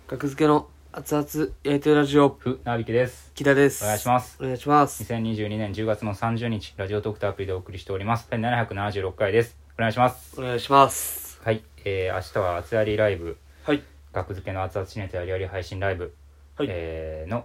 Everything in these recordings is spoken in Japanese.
格付けの熱々焼いてるラジオ、 ふなびきです。 木田です。 お願いします。 お願いします。 2022年10月の30日、ラジオトークとアプリでお送りしております。第776回です。お願いします。 お願いします。 はい、明日は熱やりライブ、 はい。 格付けの熱々シネタやりやり配信ライブ、 はい。 の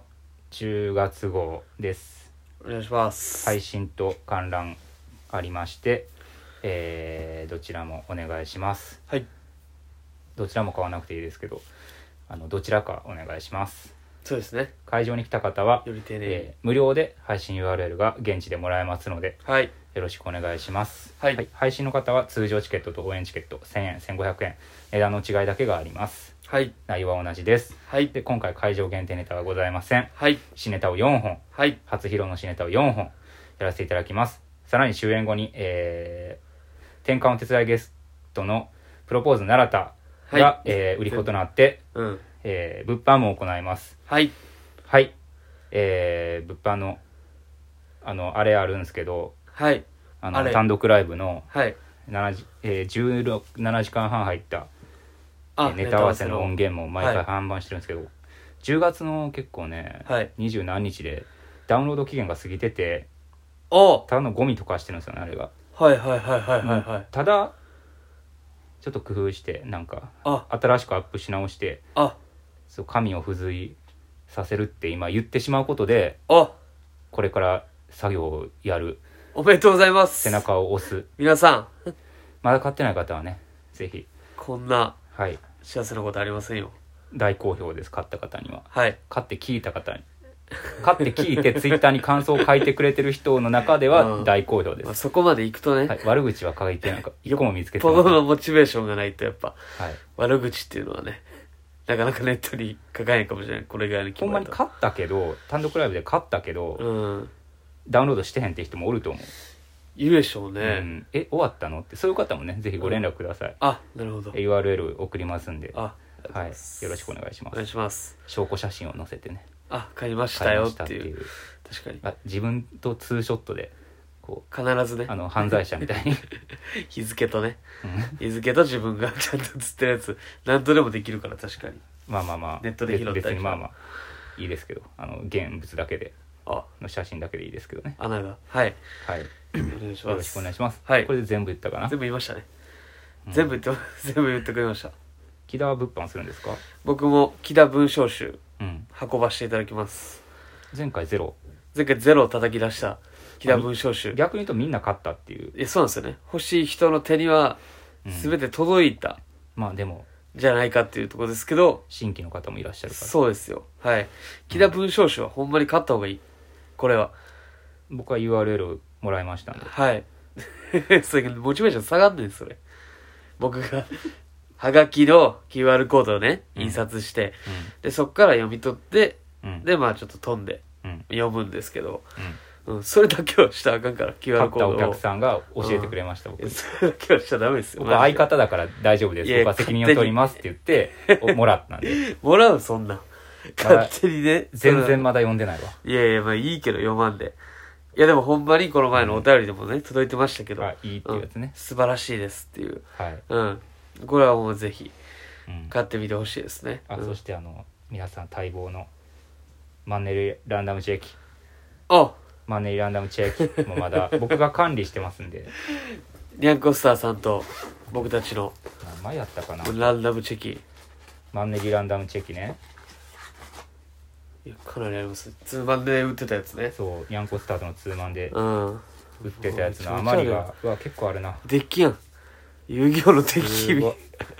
10月号です。 お願いします。 配信と観覧ありまして、どちらもお願いします。 はい。 どちらも買わなくていいですけど、どちらかお願いします。 そうですね。 会場に来た方はより丁寧に、 無料で配信 URL が現地でもらえますので、 はい。 よろしくお願いします。 はい。 配信の方は通常チケットと応援チケット1000円、1500円、値段の違いだけがあります。 はい。 内容は同じです。 はい。 で、今回会場限定ネタはございません。 はい。 新ネタを4本、 はい。 初披露の新ネタを4本やらせていただきます。さらに終演後に、転換お手伝いゲストのプロポーズならたが、 はい、 売り子となって、 うん。 物販も行います。 はい。 はい。物販の、あれあるんですけど、 はい。 単独ライブのはい。 7時間半入ったネタ合わせの音源も毎回販売してるんですけど、10月の結構ね、 はい。 20何日でダウンロード期限が過ぎてて、 おただのゴミとかしてるんですよね、あれが。 はいはいはいはいはいはい。 ただ、ちょっと工夫して、なんか、 あ、 新しくアップし直して、 あ、 そう紙を付随させるって今言ってしまうことで、 あ、 これから作業をやる、 おめでとうございます。 背中を押す。 皆さん、 まだ買ってない方はね、ぜひ。 こんなはい。 幸せなことありませんよ。 大好評です、買った方には。 はい。 買って聞いた方に。買って聞いてツイッターに感想を書いてくれてる人の中では大好評です。 まあ、そこまで行くとね、 はい、悪口は書いてなんか一個も見つけてよっぽません。 どのモチベーションがないとやっぱ、 はい、 悪口っていうのはね、なかなかネットに書かないかもしれない。これぐらいの気ほんまに買ったけど、単独ライブで買ったけど、 うん、 ダウンロードしてへんって人もおると思う。 いるでしょうね。 うん、終わったのって、そういう方もね、ぜひご連絡ください。 あ、なるほど。 URL 送りますんで、 あ、 はい、よろしくお願いします。 お願いします。 証拠写真を載せてね。 あ、買いましたよっていう。確かに。 自分とツーショットでこう必ずね、 犯罪者みたいに日付とね、日付と自分がちゃんと写ってるやつ何とでもできるから。確かにまあまあまあネットで拾ったり別にまあまあいいですけど、現物だけでの写真だけでいいですけどね。 穴がはいはい、 お願いします。 よろしくお願いします。 はい、 これで全部言ったかな。 全部言いましたね、全部言ってくれました。 木田は物販するんですか？ 僕も木田文章集、 うん、 運ばしていただきます。 前回ゼロを叩き出した木田文章集。 逆に言うとみんな買ったっていう。 そうなんですよね。欲しい人の手には全て届いた、 まあでもじゃないかっていうところですけど、 新規の方もいらっしゃるから。 そうですよ。はい。木田文章集はほんまに買った方がいい。これは僕は URL もらいましたんで。 はいそれモチベーション下がんねんそれ。僕がはがきの QR コードをね印刷して、でそっから読み取って、でまあちょっと飛んで読むんですけど、それだけはしたらあかんから。 QR コードを買ったお客さんが教えてくれました。僕それだけはしちゃダメですよ。 僕は相方だから大丈夫です、僕は責任を取りますって言ってもらったんでもらうそんな勝手にね。 全然まだ読んでないわ。 いやいや、まあいいけど読まんで。いやでもほんまにこの前のお便りでもね、届いてましたけど、 いいっていうやつね、 素晴らしいですっていう、 はい、 これはもうぜひ買ってみてほしいですね。 そして皆さん待望のマンネリランダムチェキ、マンネリランダムチェキもまだ僕が管理してますんでニャンコスターさんと僕たちの何枚やったかな、 ランダムチェキ、 マンネリランダムチェキね。 いやかなりあります。ツーマンで売ってたやつね。 そう、ニャンコスタートのツーマンで売ってたやつの余りが結構あるな。 デッキやん、遊戯王のデッキ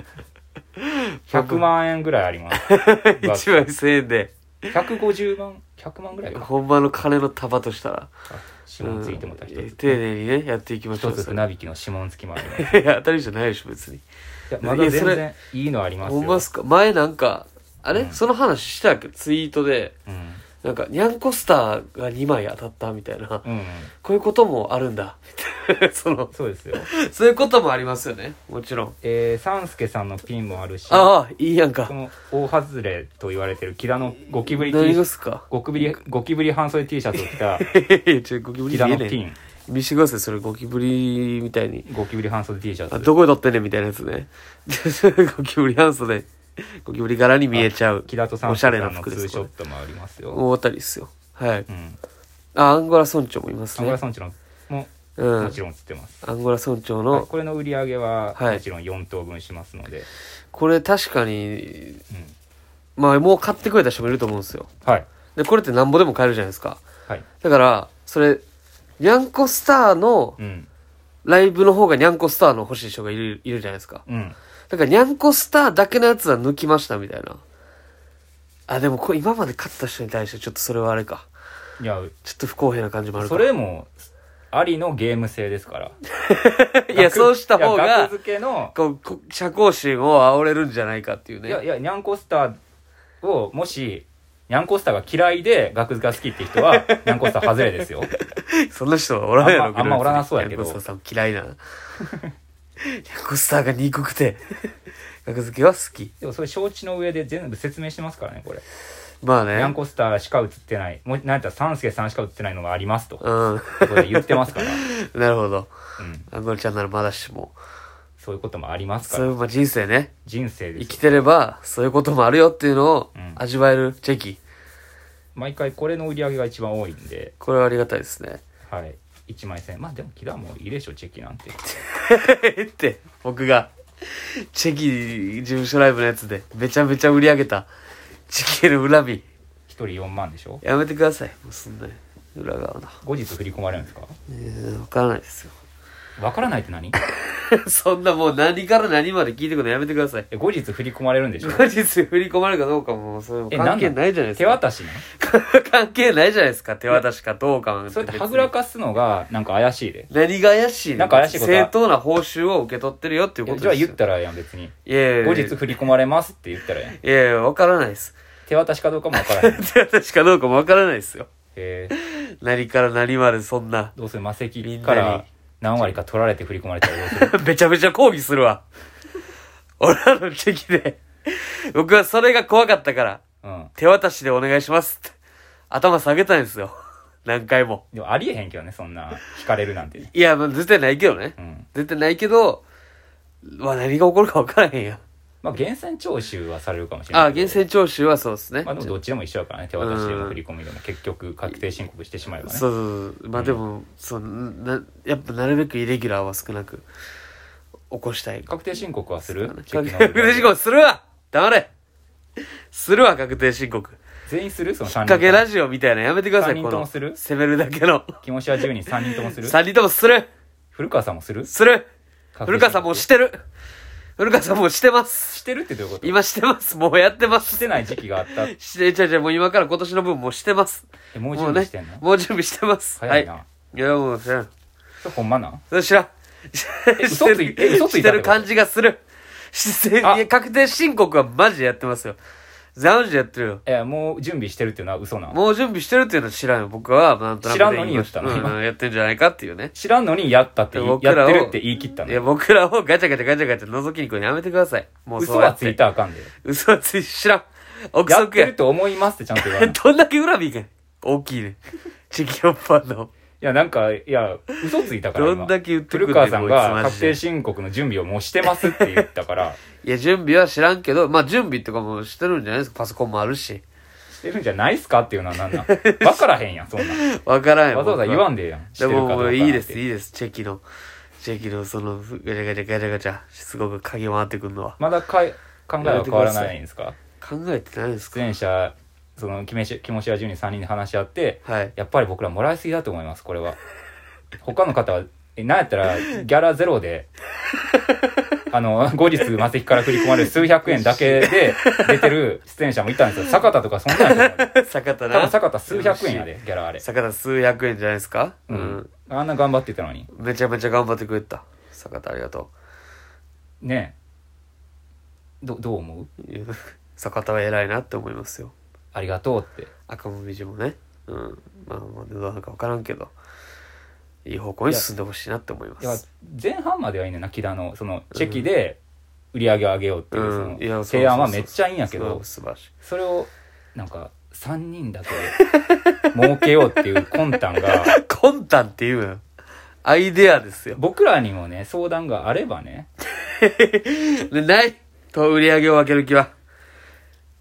100万円ぐらいあります 1枚1000円で 150万100万ぐらいか。 ほんまの金の束としたら指紋ついてもた一つ、 丁寧にねやっていきましょう。 一つ船引きの指紋付きもあります。 いや当たりじゃないでしょ別に。いやまだ全然いいのありますよ。 ほんまっすか。前なんかあれ、その話したっけ、ツイートで、なんかニャンコスターが2枚当たったみたいな、こういうこともあるんだそうですよ。 そういうこともありますよね、もちろん。 サンスケさんのピンもあるし、 いいやんか。 その大外れと言われてる木田のゴキブリ何がっすか。 ゴキブリ半袖 T シャツを着たゴキブリ木田のピン見してください。それゴキブリみたいにゴキブリ半袖 T シャツ、 どこで撮ってんねんみたいなやつねゴキブリ半袖ゴキブリ柄に見えちゃう。 木田とサンおしゃれさのツなん服です。 ーショットもありますよ。 大当たりですよ。はい。 うん。 アンゴラ村長もいますね。 アンゴラ村長もうん。 もちろん映ってます。 アンゴラ村長はいの、 これの売り上げははいもちろん4等分しますので。 これ確かに、 うん。 まあもう買ってくれた人もいると思うんですよ。 はい。 で、これってなんぼでも買えるじゃないですか。 はい。 だから、それ、ニャンコスターのうん。 ライブの方がニャンコスターの欲しい人がいるじゃないですか。 うん。 だからニャンコスターだけのやつは抜きましたみたいな。あ、でもこれ今まで買った人に対してちょっとそれはあれか。 いや、 ちょっと不公平な感じもあるか。 それも、ありのゲーム性ですから。 いや、そうした方いやが額、付けの、 社交心を煽れるんじゃないかっていうね。 いや、ニャンコスターを、もし、ニャンコスターが嫌いで額付けが好きっていう人は、ニャンコスター外れですよ。 そんな人はおらんやろあんまおらなそうやけどニャンコスターさん嫌いな。ニャンコスターが憎くて、額付けは好き。 でもそれ承知の上で全部説明してますからね、これ。 まあね。 ニャンコスターしか映ってない。もう、なんやったらサンスケさんしか映ってないのがありますと。 うん。 これ言ってますから。 なるほど。 うん。 アンゴラちゃんならまだしも。 そういうこともありますから。 そういう、まあ、人生ね。 人生ですよ。 生きてれば、そういうこともあるよっていうのをうん味わえるチェキ。 毎回これの売り上げが一番多いんで、 これはありがたいですね。 はい。1枚1000円。まあでも、キラもいいでしょ、チェキなんて。 って、僕が、チェキ事務所ライブのやつで、めちゃめちゃ売り上げた、チェキへの恨み。 1人4万でしょ。 やめてください。もうそんな、裏側な。 後日振り込まれるんですか？ わからないですよ。 わからないって何？ そんなもう何から何まで聞いてくるのやめてください。 後日振り込まれるんでしょ？ 後日振り込まれるかどうかも、それも関係ないじゃないです手か。 渡しな関係ないじゃないですか。手渡しかどうかなんてそれってはぐらかすのがなんか怪しいで。 何が怪しいの？ なんか怪しいことは正当な報酬を受け取ってるよっていうことですよ。 じゃあ言ったらやん、別に。 いやいやいや後日振り込まれますって言ったらやん。 いやいや、わからないです。 手渡しかどうかもわからへん。 手渡しかどうかもわからないですよ。何から何までそんな。 どうする？魔石みんなにから何割か取られて振り込まれたらどうする？ めちゃめちゃ抗議するわ。俺らのチェキで。僕はそれが怖かったから、 うん。 手渡しでお願いしますって。頭下げたんですよ。何回も。 でもありえへんけどね、そんな、引かれるなんて。 いや、まあ絶対ないけどね。 うん。 絶対ないけど、まあ何が起こるか分からへんやん。 まあ、源泉徴収はされるかもしれないけど。 源泉徴収はそうですね。 まあでもどっちでも一緒だからね、手渡しでも振り込みでも結局確定申告してしまえばね。 そうそうそう。まあでも、やっぱなるべくイレギュラーは少なく起こしたい。 確定申告はする？ 確定申告するわ黙れするわ、確定申告。 全員する？その3人。 きっかけラジオみたいなのやめてください、 3人この。 ともする？ 攻めるだけの。 気持ちは10人3人ともする 3人ともする古川さんもする？ する確定申告古川さんもうしてる古川さんもうしてますしてるってどういうこと？ 今してます。もうやってます。 してない時期があった。 もう今から今年の分もうしてます。 もう準備してんの？ もう準備してます。 早いな。 はい。いや、もう知らん。 それほんまなん？ それ知らん。 嘘ついしてる感じがする。いや、確定申告はマジでやってますよ。マジでやってるよ。 いや、もう準備してるっていうのは嘘なん？ もう準備してるっていうのは知らんよ。僕は、なんとなく知らんのに言ったの今やってんじゃないかっていうね。 知らんのにやったってやってるって言い切ったの？ いや、僕らをガチャガチャガチャガチャ覗きに来るのやめてください。もう嘘そうやって。 はついたらあかんで。 嘘はつい、知らん。憶やっ測やてる。と思いますってちゃんと言わない。いどんだけ恨みいけん。大きいね。チキオッパンの。 や、なんか、いや、嘘ついたから今。 どんだけ言ってく古んねん川さんがこいつマジで確定申告の準備をもうしてますって言ったから、 いや、準備は知らんけど、まあ準備とかもしてるんじゃないですか。パソコンもあるし。 してるんじゃないっすかっていうのはなんなん？わからへんやん、そんなん。 わからんよ。 わざわざ言わんでええやん。してでももるかどうかなんてういいです、いいです。チェキのその、ガチャガチャガチャガチャ、すごく鍵回ってくるのは。 まだ考えは変わらないんですか？ 考えてないですか？ 出演者、その、気持ちは10人3人で話し合って、 はい。 やっぱり僕らもらいすぎだと思います、これは。他の方は、なんやったら、ギャラゼロで、後日、マセキから振り込まれる数百円だけで出てる出演者もいたんですよ。坂田とかそんなんやと思う。 坂田な。 多分坂田数百円やで、ギャラあれ。 坂田数百円じゃないですか？ うん。あんな頑張ってたのに。 めちゃめちゃ頑張ってくれた。坂田ありがとねえ。どう思う？ う。いや坂田は偉いなって思いますよ。 ありがとうって。 赤もみじもね。うん。まあ、どうなるか分からんけど、いい方向に進んでほしいなって思いまいやす。 前半まではいいねんな、木田の、その、チェキで売り上げを上げようっていう、 うんいやその、提案はめっちゃいいんやけど、 素晴らしい。 それを、なんか、3人だけ儲けようっていう魂胆が、 魂胆っていうのアイデアですよ。 僕らにもね、相談があればね、 でないと売り上げを分ける気は。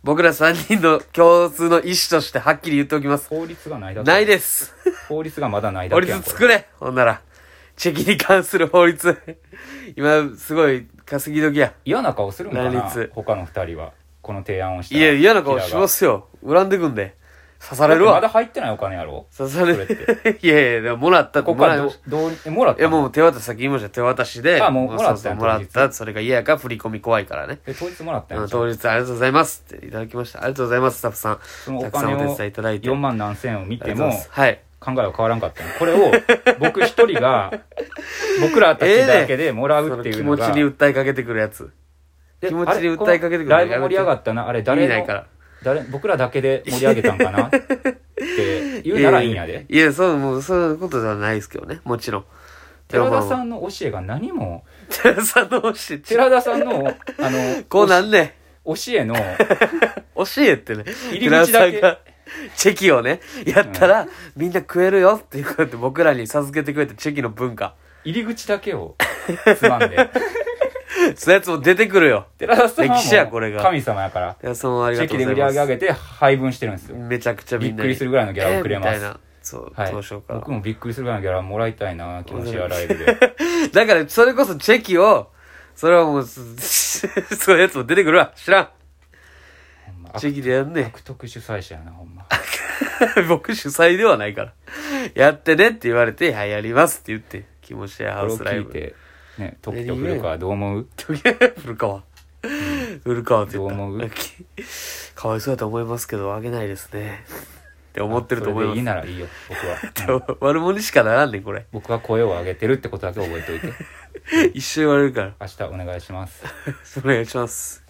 僕ら3人の共通の意思としてはっきり言っておきます。 法律がないだけ。 ないです。 法律がまだないだ法けやん。 律作れほんなら。チェキに関する法律。今、すごい稼ぎ時や。 嫌な顔するんかな内律他の二人は。この提案をしたいや、嫌な顔しますよ。恨んでくんで。刺されるわ。 まだ入ってないお金やろ刺されそれる。いやいや、でももらったってここはもらったいや、もう手渡し、さっき言いました手渡しで。 あもうもらったんそうもらった。それが嫌やから振り込み怖いからね。 当日もらったんや当日ありがとうございますっていただきました。ありがとうございます、スタッフさん。 そのおたくさんお手金を伝いいただいて。 4万何千を見てもはい。 考えは変わらんかったの。これを僕一人が僕らたちだけでもらうっていうのが気持ちに訴えかけてくるやつ。気持ちに訴えかけてくるライブ盛り上がったな。あれ誰の意味ないから僕らだけで盛り上げたんかなって言うならいいんやで。 いや、そう、もう、そういうことではないですけどね。もちろん。 寺田さんの教えが何も、 寺田さんの教え、 寺田さんの、 こうなんね教えの、 教えってね、 入り口だけ寺田さんがチェキをね、やったら、みんな食えるよっていうことで僕らに授けてくれたチェキの文化。 入り口だけをつまんで。 そういうやつも出てくるよ。 寺田さんは歴史やこれが神様やから、 寺田さんもありチェキがとうございます。 で売り上げ上げて配分してるんですよ。 めちゃくちゃみんなにびっくりするぐらいのギャラをくれます。 みたいな。そう、 はい、 どうしようかな。 僕もびっくりするぐらいのギャラもらいたいな、気持ちやライブで。 だから、それこそチェキを、それはもう、そういうやつも出てくるわ。知らん。 ほんまチェキでやんね。 悪徳主催者やな、ほんま。 僕主催ではないから。やってねって言われて、はい、やりますって言って、気持ちやハウスライブ。 これを聞いて、ね、時と古川どう思う？ 古川。古川って言った。 どう思う？ かわいそうだと思いますけど、あげないですね。って思ってると思います。 それでいいならいいよ、僕は。 悪者にしかならんねん、これ。 僕は声を上げてるってことだけ覚えておいて。 一生言われるから。 明日お願いします。 お願いします。